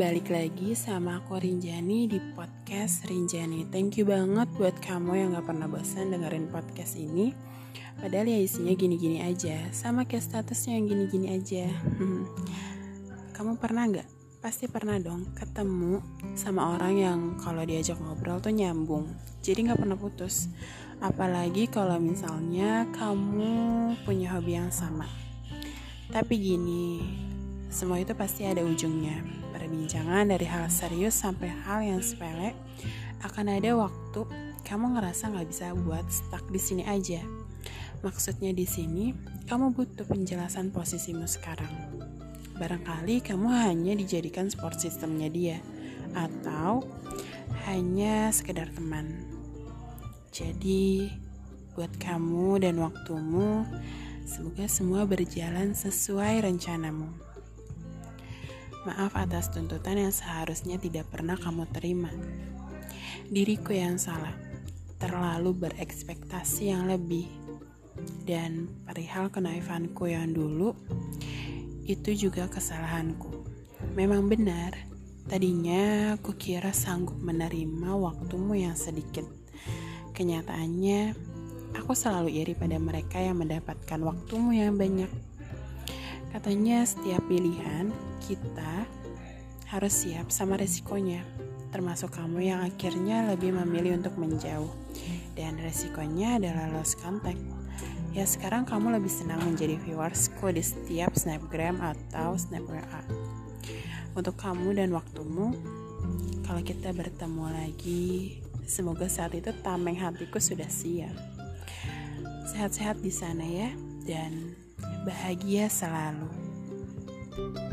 balik lagi sama aku Rinjani di podcast Rinjani. Thank you banget buat kamu yang gak pernah bosan dengerin podcast ini. Padahal ya isinya gini-gini aja, sama kayak statusnya yang gini-gini aja. Kamu pernah gak? Pasti pernah dong ketemu sama orang yang kalau diajak ngobrol tuh nyambung, jadi gak pernah putus. Apalagi kalau misalnya kamu punya hobi yang sama. Tapi gini, semua itu pasti ada ujungnya. Perbincangan dari hal serius sampai hal yang sepele, akan ada waktu kamu ngerasa gak bisa buat stuck di sini aja. Maksudnya di sini, kamu butuh penjelasan posisimu sekarang. Barangkali kamu hanya dijadikan support systemnya dia, atau hanya sekedar teman. Jadi, buat kamu dan waktumu, semoga semua berjalan sesuai rencanamu. Maaf atas tuntutan yang seharusnya tidak pernah kamu terima. Diriku yang salah, terlalu berekspektasi yang lebih. Dan perihal kenaifanku yang dulu, itu juga kesalahanku. Memang benar, tadinya aku kira sanggup menerima waktumu yang sedikit. Kenyataannya, aku selalu iri pada mereka yang mendapatkan waktumu yang banyak. Katanya setiap pilihan kita harus siap sama resikonya, termasuk kamu yang akhirnya lebih memilih untuk menjauh. Dan resikonya adalah lost contact. Ya sekarang kamu lebih senang menjadi viewersku di setiap snapgram atau snap WA. Untuk kamu dan waktumu, kalau kita bertemu lagi, semoga saat itu tameng hatiku sudah siap. Sehat-sehat di sana ya, dan bahagia selalu.